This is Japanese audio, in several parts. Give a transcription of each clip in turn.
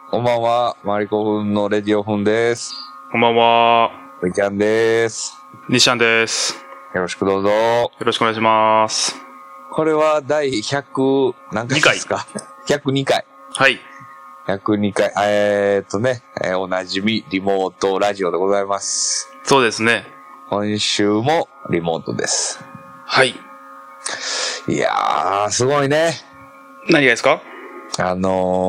こんばんは、マリコフンのレディオフンです。 こんばんは。 ウィキャンです。 西安です。 よろしくどうぞ。 よろしくお願いします。 これは第100何回ですか？102回。 はい。 102回。おなじみリモートラジオでございます。 そうですね。 今週もリモートです。 はい。 いやー、すごいね。 何がですか？ 鬼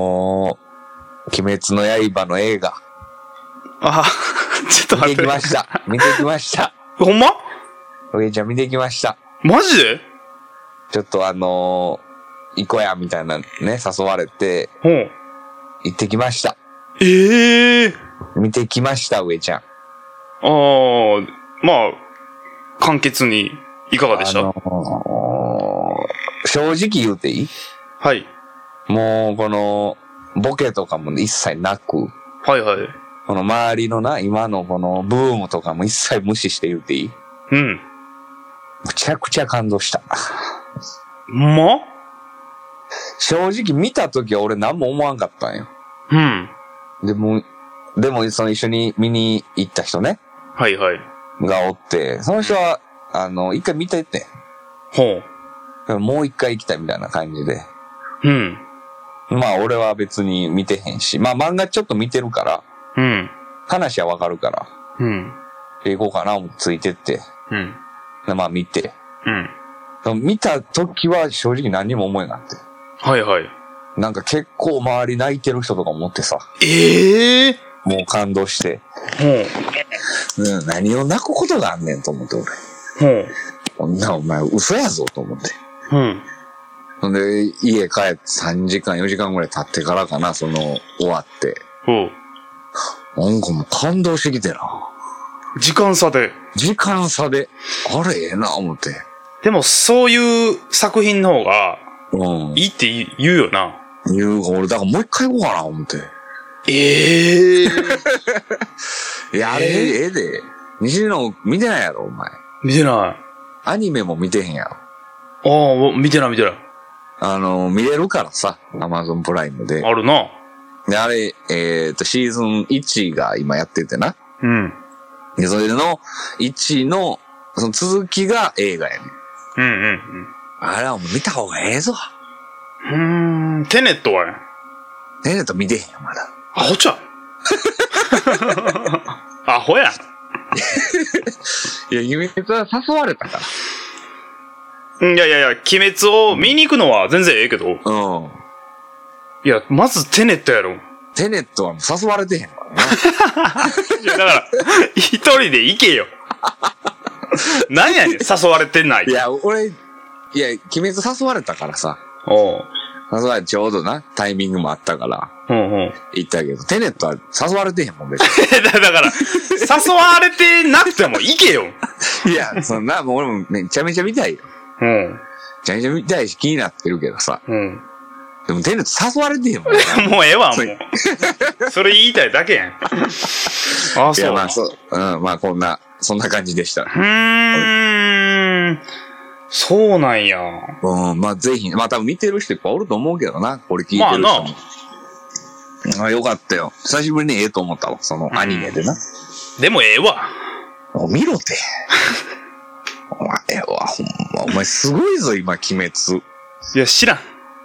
滅の刃の映画。 あ、ちょっと待って。 見てきました。見てきました。 ほんま？ おげちゃん見てきました。 マジで？ ちょっと行こうや、みたいなね、誘われて、行ってきました。見てきました、上ちゃん。 まあ、簡潔に、いかがでした？ 正直言うていい？ はい。 もう、この、ボケとかも一切なく、 はいはい。 この周りのな、今のこのブームとかも一切無視して言うていい？ うん。 むちゃくちゃ感動した。正直見たときは俺何も思わんかったんよ。 うん。 でもその一緒に見に行った人ね。 はいはい。 がおって、その人は、一回見てて。 ほう。もう一回行きたいみたいな感じで。 うん。 まあ俺は別に見てへんし、まあ漫画ちょっと見てるから、 うん。 話はわかるから、 うん。 行こうかな思ってついてって、 うん。 でまあ見て、 うん。 見た時は正直何にも思えなくて。 はいはい。 なんか結構周り泣いてる人とか思ってさ。もう感動して。何を泣くことがあんねんと思って俺。こんなお前嘘やぞと思って。ほんで、家帰って3時間、4時間ぐらい経ってからかな、終わって。なんかもう感動してきてな。 時間差で。 あれええな、思って。 でも、そういう作品の方が、いいって言うよな。 俺、だからもう一回行こうかな、思って。 いや、あれ、ええで。西野見てないやろ、お前。 見てない。 アニメも見てへんやろ。 見てない。 見れるからさ、Amazon プライムで。 あるな。 で、あれ、シーズン1が今やっててな。 うん。 で、それの1の、その続きが映画やねん。あれはもう見た方がええぞ。 テネットはやん。 テネット見てへんよ、まだ。 アホちゃん。アホやん。 いや、鬼滅は誘われたから。いや、鬼滅を見に行くのは全然ええけど。いや、まずテネットやろ。 テネットは誘われてへんからな。 いや、だから、一人で行けよ。何やねん、誘われてない。 いや、鬼滅誘われたからさ。誘われちょうどな、タイミングもあったから。行ったけど、テネットは誘われてへんもん、別に。 だから、誘われてなくても行けよ。 いや、もう俺もめちゃめちゃ見たいよ。めちゃめちゃ見たいし気になってるけどさ。でもテネット誘われてへんもん。 もうええわ、もう。それ言いたいだけやん。あ、そう。 いや、まあそう。まあそんな感じでした。 そうなんや。 まあぜひ、まあ多分見てる人いっぱいおると思うけどな、これ聞いてる人も。まあよかったよ。久しぶりにええと思ったわ、そのアニメでな。 でもええわ。 見ろて。お前はほんま、お前すごいぞ、今、鬼滅。 いや、知らん。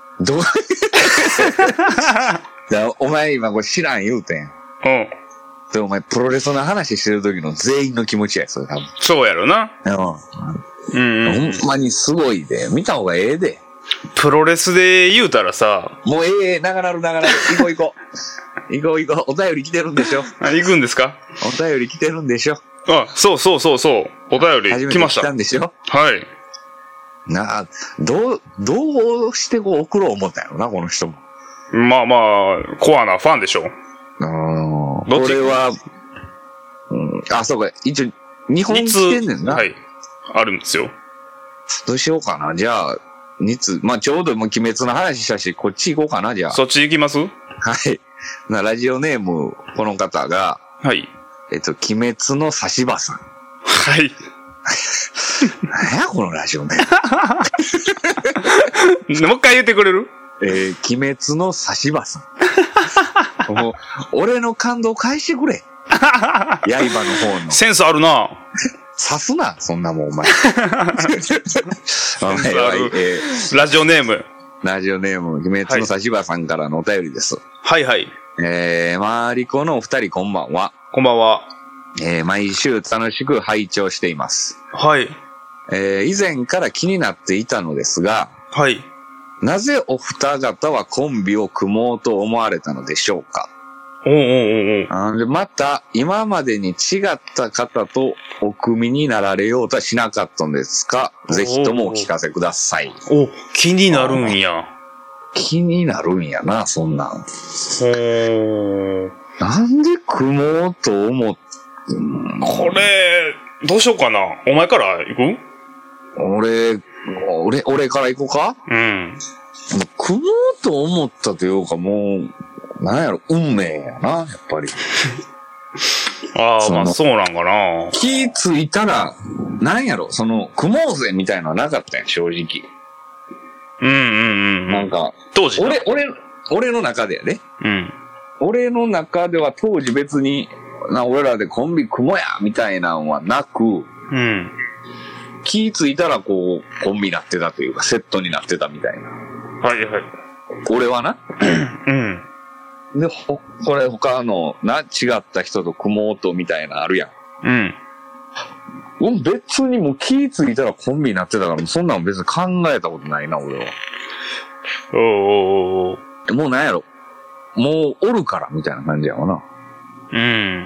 お前今これ知らん言うてん。で、お前プロレスの話してる時の全員の気持ちや、それ多分。 そうやろな。 ほんまにすごいで。見た方がええで。 プロレスで言うたらさ。 もう長なる。行こう。お便り来てるんでしょ。 行くんですか？ お便り来てるんでしょ。 そう。お便り来ました。 初めて来たんでしょ。 はい。 どうして送ろう思ったんやろな、この人も。 まあ、コアなファンでしょ。これは、そうか、一応、日本来てんねんな。 はい。あるんですよ。 どうしようかな。じゃあ、まあ、ちょうどもう鬼滅の話したし、こっち行こうかな、じゃあ。 そっち行きます？ はい。ラジオネーム、この方が、 はい。 鬼滅の差し歯さん。 はい。 何や、このラジオネーム。もう一回言ってくれる？ 鬼滅の差し歯さん。 もう俺の感動返してくれ。刃の方の。 センスあるな。 刺すな、そんなもんお前。 ラジオネーム。 ラジオネーム、鬼滅の差し歯さんからのお便りです。 はいはい。 マリコのお二人こんばんは。 こんばんは。 毎週楽しく拝聴しています。 はい。 以前から気になっていたのですが、 はい。 なぜお二方はコンビを組もうと思われたのでしょうか。でまた、今までに違った方とお組みになられようとはしなかったのですか。ぜひともお聞かせください。 気になるんや。 気になるんやな、そんなん。なんで組もうと思っこれ、どうしようかな。お前から行く？ 俺から行こうか？ うん。 組もうと思ったというかもう、なんやろ、運命やな、やっぱり。 まあそうなんかな。 気ついたら、なんやろ、組もうぜみたいなのはなかったんや、正直。なんか、 当時俺の中でやね。 うん。 俺の中では当時別に、俺らでコンビ組もうやみたいなのはなく、 うん。 気ついたらこう、コンビになってたというか、セットになってたみたいな。 はいはい。 俺はな。 うん。 で、これ他の違った人と組もうとみたいなあるやん。 うん。 別にもう気ついたらコンビになってたから、そんなの別に考えたことないな、俺は。もうなんやろ。もうおるから、みたいな感じやわな。 うん。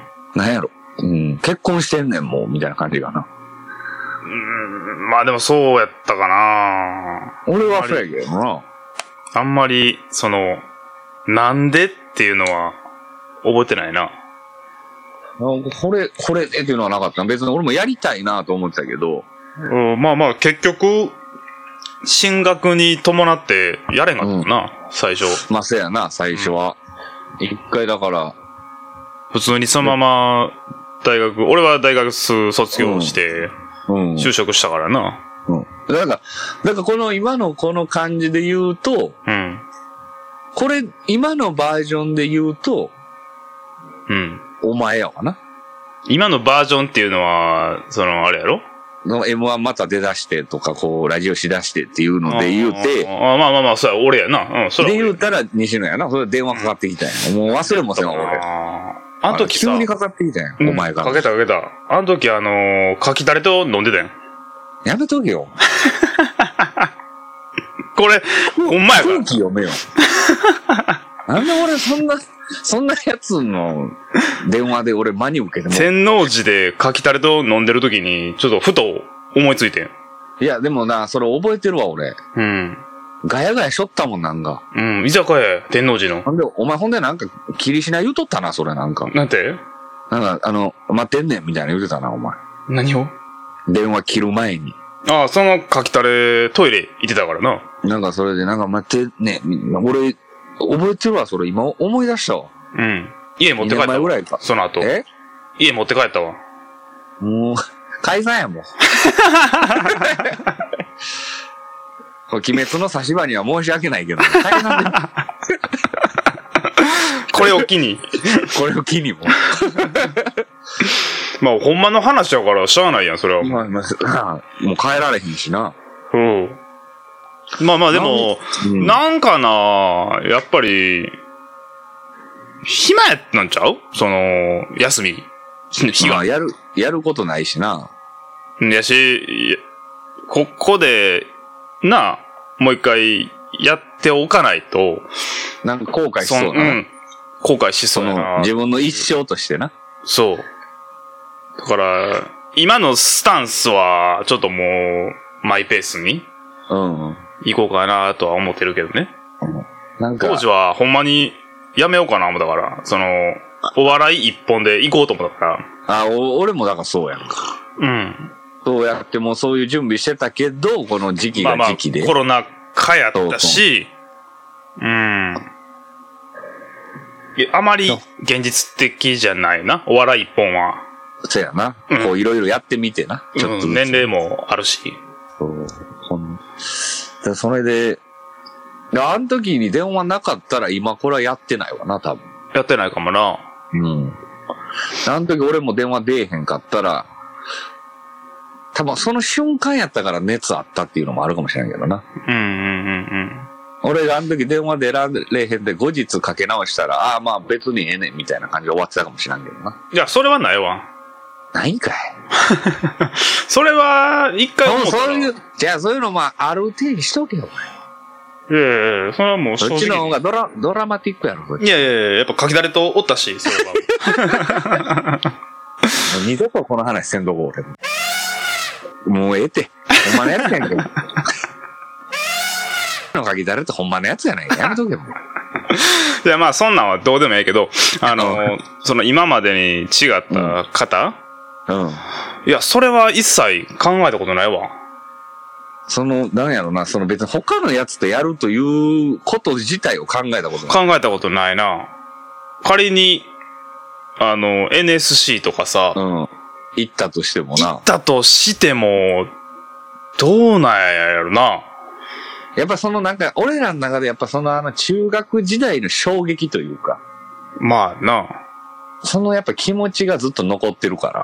なんやろ。結婚してんねん、もう、みたいな感じかな。 まあでもそうやったかな。 俺はそうやけどな。 あんまり、なんでっていうのは、覚えてないな。 これっていうのはなかった。別に俺もやりたいなと思ってたけど。 まあまあ、結局、進学に伴ってやれんかったな、最初。 まあ、そうやな、最初は。一回だから。 普通にそのまま、俺は大学卒業して、就職したからな。 だから今のこの感じで言うと、これ、今のバージョンで言うと、お前やわな。 今のバージョンっていうのは、あれやろ ？M1 また出だしてとか、ラジオしだしてっていうので言うて。 まあ、それは俺やな。 で言うたら西野やな。それ電話かかってきたんや。もう忘れもせんわ、俺。 あの時急にかかってきたんや、お前から。 かけた。あの時かきだれと飲んでたやん。 やめとけよ。 これ、ほんまやから。 空気読めよ。なんで俺そんなやつの電話で俺真に受けても。 天王寺でかきたれと飲んでる時に、ちょっとふと思いついてん。 いや、でもな、それ覚えてるわ、俺。ガヤガヤしとったもん、なんか。 居酒屋、天王寺の。 なんで、お前ほんでなんか、霧品言うとったな、それなんか。 なんて？ なんか、待ってんねん、みたいな言うてたな、お前。 何を？ 電話切る前に。 そのかきたれ、トイレ行ってたからな。 なんかそれで、なんか待ってね、俺、覚えてるわ、それ、今思い出したわ。 家持って帰ったわ。2年前ぐらいか。 その後。家持って帰ったわ。 もう、解散やもん。鬼滅の差し歯には申し訳ないけど、 これを機に。 これを機にも。 まあ、ほんまの話やからしゃあないやん、それは。 もう帰られへんしな。 まあでも、なんかな、やっぱり、暇やったんちゃう？休み。 日が。やることないしな。 やし、ここで、もう一回やっておかないと。 なんか後悔しそうだな。 後悔しそうやな。 自分の一生としてな。 そう。だから、今のスタンスは、ちょっともう、マイペースに、行こうかなとは思ってるけどね。なんか当時は、ほんまに、やめようかな思ったから、お笑い一本で行こうと思ったから。 俺もだからそうやんか。そうやってもそういう準備してたけど、この時期が時期で。 コロナ禍やったし、あまり現実的じゃないな、お笑い一本は。 そうやな。こういろいろやってみてな。 ちょっと年齢もあるし。 それで、あの時に電話なかったら今これはやってないわな、多分。 やってないかもな。 うん。あの時俺も電話出えへんかったら、多分その瞬間やったから熱あったっていうのもあるかもしれないけどな。俺があの時電話出られへんで後日かけ直したら、ああまあ別にええねんみたいな感じで終わってたかもしれんけどな。 いや、それはないわ。 ないんかい。 それは、一回思ったそういう、じゃあそういうのある程度しとけよ、 お前。いやそれはもう正直。そっちの方がドラマティックやろ、 いややっぱ書きだれとおったし、それは。 二度とこの話せんとこ、俺。もうええて。ほんまのやつやんけ。の書きだれってほんまのやつやないか。やめとけも。 いや、まあそんなんはどうでもいいけど、その今までに違った方、いや、それは一切考えたことないわ。 なんやろな、別に他のやつとやるということ自体を考えたことない。 考えたことないな。仮に、NSC とかさ、 行ったとしてもな。 行ったとしても、どうなんやろな。 やっぱ俺らの中でやっぱ中学時代の衝撃というか。 まあな。 やっぱ気持ちがずっと残ってるから。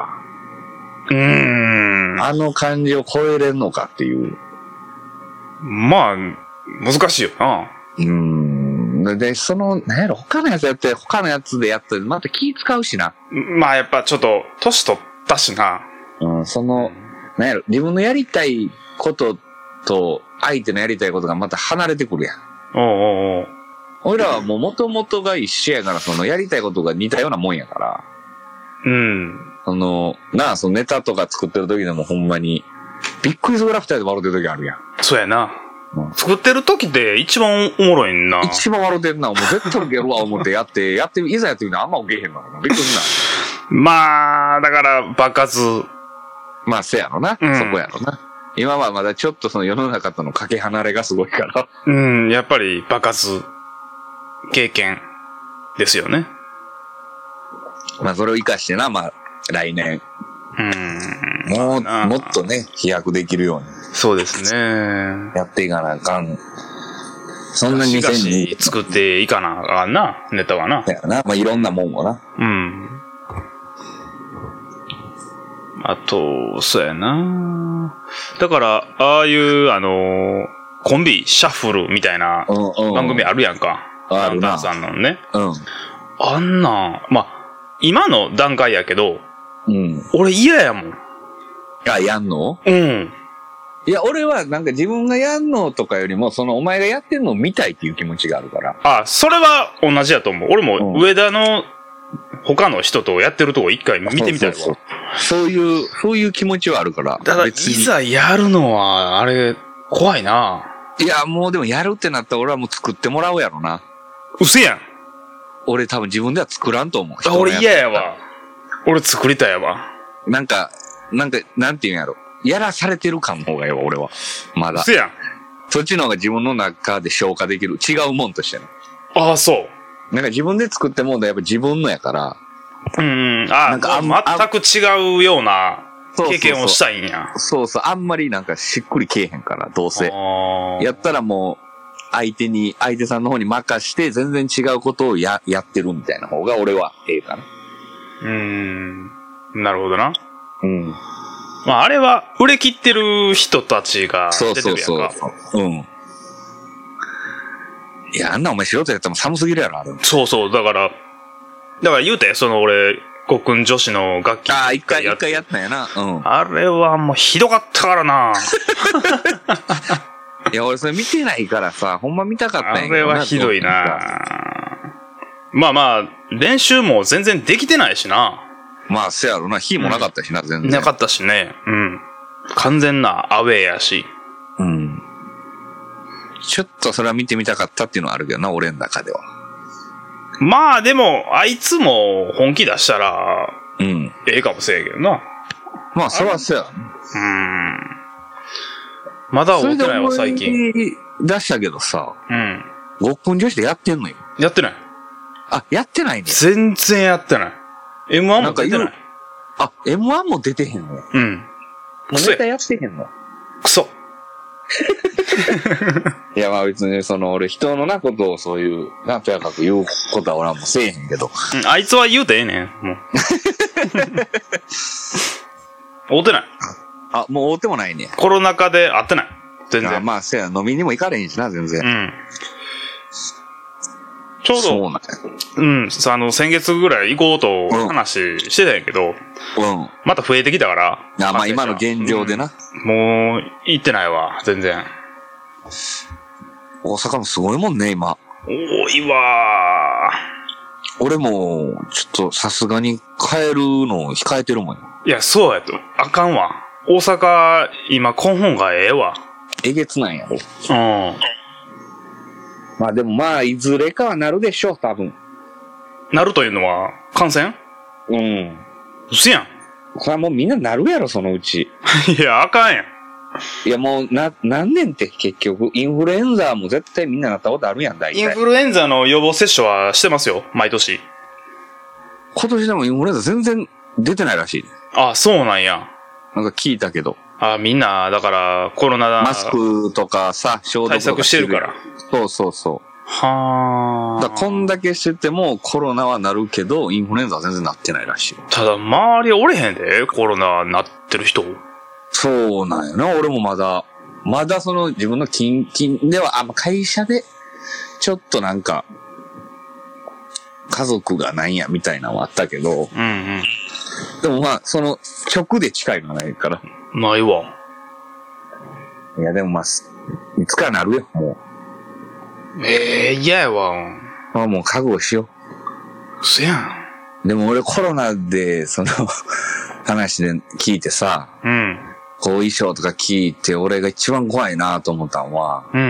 あの感じを超えれんのかっていう。 まあ、難しいよな。 で、なんやろ、他のやつでやってまた気使うしな。 まあやっぱちょっと、年取ったしな。 なんやろ、自分のやりたいことと、相手のやりたいことがまた離れてくるやん。俺らはもう元々が一緒やから、やりたいことが似たようなもんやから。ネタとか作ってる時でもほんまに、びっくりするぐらい二人で笑ってる時あるやん。 そうやな。作ってる時って一番おもろいんな。 一番笑ってんな。もう絶対ウケるわ思っていざやってみるのあんまウケへんの。びっくりすんな。まあ、だから爆発。 まあ、せやろな。そこやろな。今はまだちょっと世の中とのかけ離れがすごいから。 やっぱり爆発経験ですよね。 まあそれを活かしてな、来年。もっとね、飛躍できるように。 そうですね。 やっていかなあかん。 そんなに作っていかなあかんな、ネタはな。 だよな。いろんなもんをな。 あと、そうやな。だから、ああいう、コンビ、シャッフルみたいな番組あるやんか。ダウンタウンさんのね。あんな、今の段階やけど、俺嫌やもん。 やんの？いや、俺は自分がやんのとかよりも、お前がやってんのを見たいっていう気持ちがあるから。 それは同じやと思う。俺も上田の他の人とやってるとこ一回見てみたいわ。 そういう気持ちはあるから。 だから、いざやるのは、あれ、怖いな。 いや、もうでもやるってなったら俺はもう作ってもらうやろな。 うせやん。 俺多分自分では作らんと思う。 俺嫌やわ。俺作りたいわ。 なんていうんやろ。やらされてる感の方がええわ、俺は。まだ。 うせやん。 そっちの方が自分の中で消化できる。違うもんとしてね。 そう。 自分で作ってもんだやっぱ自分のやから。 全く違うような経験をしたいんや。 そう、あんまりしっくりけえへんから、どうせ。やったらもう、相手さんの方に任して全然違うことをやってるみたいな方が俺はええかな。 なるほどな。あれは売れ切ってる人たちが出てるやんか。 そう。いや、あんなお前素人やったら寒すぎるやろ、あれ。 そう。だから言うて、俺、極軍女子の楽器。 一回やったんやな。 あれはもうひどかったからな。 いや、俺それ見てないからさ、ほんま見たかったんやけどな。 あれはひどいな。練習も全然できてないしな。 せやろな。火もなかったしな、全然。 なかったしね。完全なアウェーやし。 ちょっとそれは見てみたかったっていうのはあるけどな、俺の中では。 でも、あいつも本気出したら、ええかもしれんけどな。 そらそうや。 まだ会ってないわ、最近。 出したけどさ、極軍女子でやってんのよ。 やってない。 やってないね。 全然やってない。M1 も出てない。 M1 も出てへんの？ もうネタやってへんの？ クソ。 いや、まあ別に、俺人のなことをそういう、とやかく言うことは俺はもうせえへんけど。 あいつは言うてええねん、もう。会うてない。 あ、もう会うてもないね。 コロナ禍で会ってない。全然。 まあ、せや、飲みにも行かれへんしな、全然。うん。 ちょうど、そうなんや。先月ぐらい行こうと話してたんやけど、また増えてきたから。 まあ今の現状でな。 もう、行ってないわ、全然。 大阪もすごいもんね、今。 多いわー。俺も、ちょっとさすがに帰るのを控えてるもんよ。 いや、そうやと。あかんわ。大阪、今、根本がええわ。 えげつなんやろ。うん。まあでもまあ、いずれかはなるでしょう、多分。 なるというのは、感染？ うん。 嘘やん。 これはもうみんななるやろ、そのうち。 いや、あかんやん。 いや、もう、何年って結局、インフルエンザも絶対みんななったことあるやん、大体。 インフルエンザの予防接種はしてますよ、毎年。 今年でもインフルエンザ全然出てないらしい。 あ、そうなんや。 なんか聞いたけど。 みんな、だから、コロナマスクとかさ、消毒とか対策してるから。 そうそうそう。 はあ。こんだけしててもコロナはなるけど、インフルエンザは全然なってないらしい。 ただ、周りおれへんで、コロナなってる人。 そうなんやな。俺もまだ自分の近々では、会社で、ちょっとなんか、家族がなんや、みたいなのはあったけど、うんうん。でもまあ、直で近いのはないから。 ないわ。 いや、でもまあ、いつかなるよ、もう。嫌やわ。 もう覚悟しよう。そやん。でも俺コロナで、話で聞いてさ、うん。後遺症とか聞いて、俺が一番怖いなと思ったのは、うんうん。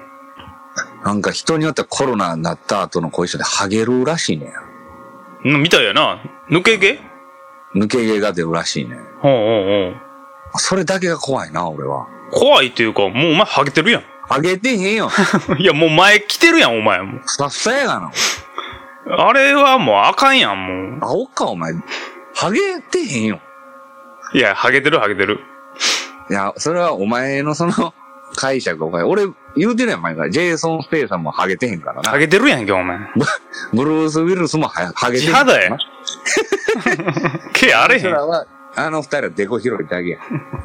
なんか人によってはコロナになった後の後遺症でハゲるらしいねん。みたいやな。抜け毛が出るらしいねん。 ほうほうほう。 それだけが怖いな、俺は。 怖いっていうか、もうお前ハゲてるやん。 ハゲてへんよ。 いや、もう前来てるやん、お前。 ふさふさやがな。 あれはもうあかんやん、もう。 青か、お前。ハゲてへんよ。 いや、ハゲてる。 いや、それはお前の解釈が俺、言うてるやん、前から。ジェイソン・スペイさんもハゲてへんからな。 ハゲてるやんけ、お前。 ブルース・ウィルスもハゲてへん。 地肌や。毛あれへん。 二人はデコ広いだけや。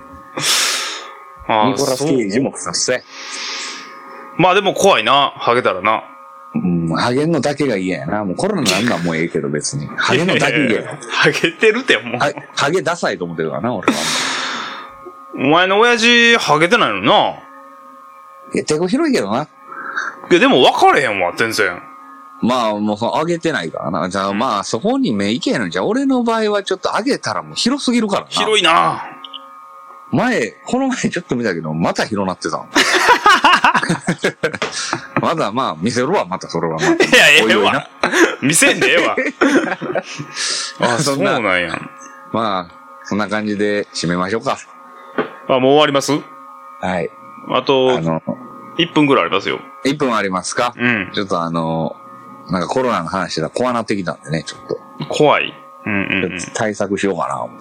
ニコラス・ケイジもふさふさや。 まあでも怖いな、ハゲたらな。 ハゲんのだけが嫌やな。もうコロナなんなんもうええけど別に。ハゲのだけが。 ハゲてるってもう。 ハゲダサいと思ってるからな、俺は。 お前の親父、ハゲてないのな。 いや、手こ広いけどな。 いや、でも分かれへんわ、全然。 まあ、もう上げてないからな。じゃあまあ、そこに目いけへんのじゃあ、俺の場合はちょっと上げたらもう広すぎるからな。 広いな。 この前ちょっと見たけど、また広なってた。まだまあ、見せるわ、またそれは。いや、 ええわ。見せんでええわ。あ、そうなんや。 まあ、そんな感じで締めましょうか。 もう終わります？ はい。 あと、1分ぐらいありますよ。 1分ありますか？うん。ちょっとなんかコロナの話だ怖なってきたんでね、ちょっと。 怖い。うん。 対策しようかな、思って。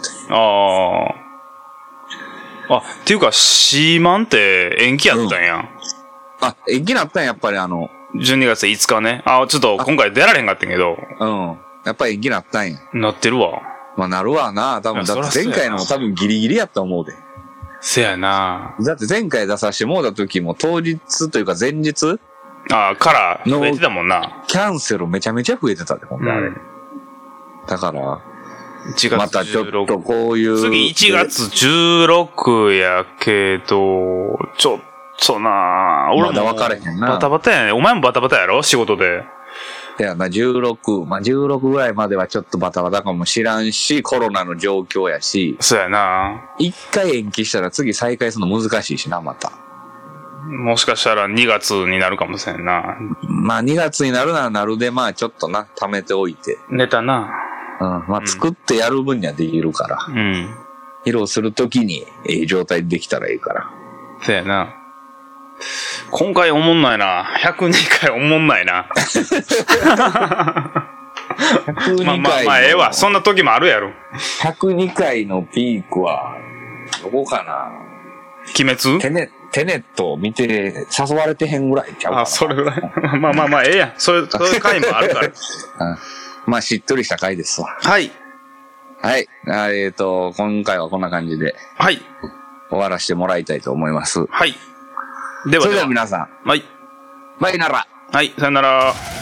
っていうか、シーマンって延期やったんや。 延期なったんや、やっぱり 12月5日ね。ちょっと今回出られへんかったんけど。 うん。やっぱり延期なったんや。 なってるわ。 まあなるわな、多分。だって前回のも多分ギリギリやったと思うで。 せやな。 だって前回出させてもらった時も当日というか前日から増えてたもんな。 キャンセルめちゃめちゃ増えてたで、ほんとあれ。だから、 1月16。 またちょっとこういう。 次1月16やけど、ちょっとな俺も。 まだ分かれへんな。 バタバタやね。お前もバタバタやろ仕事で。 いや、16ぐらいまではちょっとバタバタかもしらんし、コロナの状況やし。 そうやな。 一回延期したら次再開するの難しいしな、また。 もしかしたら2月になるかもしれんな。 まあ2月になるならなるで、まあちょっとな、貯めておいて。 ネタな。 まあ作ってやる分にはできるから。うん。披露するときに、状態できたらいいから。 そうやな。今回おもんないな。102回おもんないな。まあ、ええわ。そんな時もあるやろ。 102回のピークは、どこかな。 鬼滅？ テネットを見て誘われてへんぐらいちゃうかな。 あ、それぐらい。まあ、ええやん。そういう回もあるから。 まあ、しっとりした回ですわ。 はい。 はい。今回はこんな感じで。 はい。 終わらせてもらいたいと思います。 はい。では。 それでは皆さん。 はい。 バイなら。 はい、さよなら。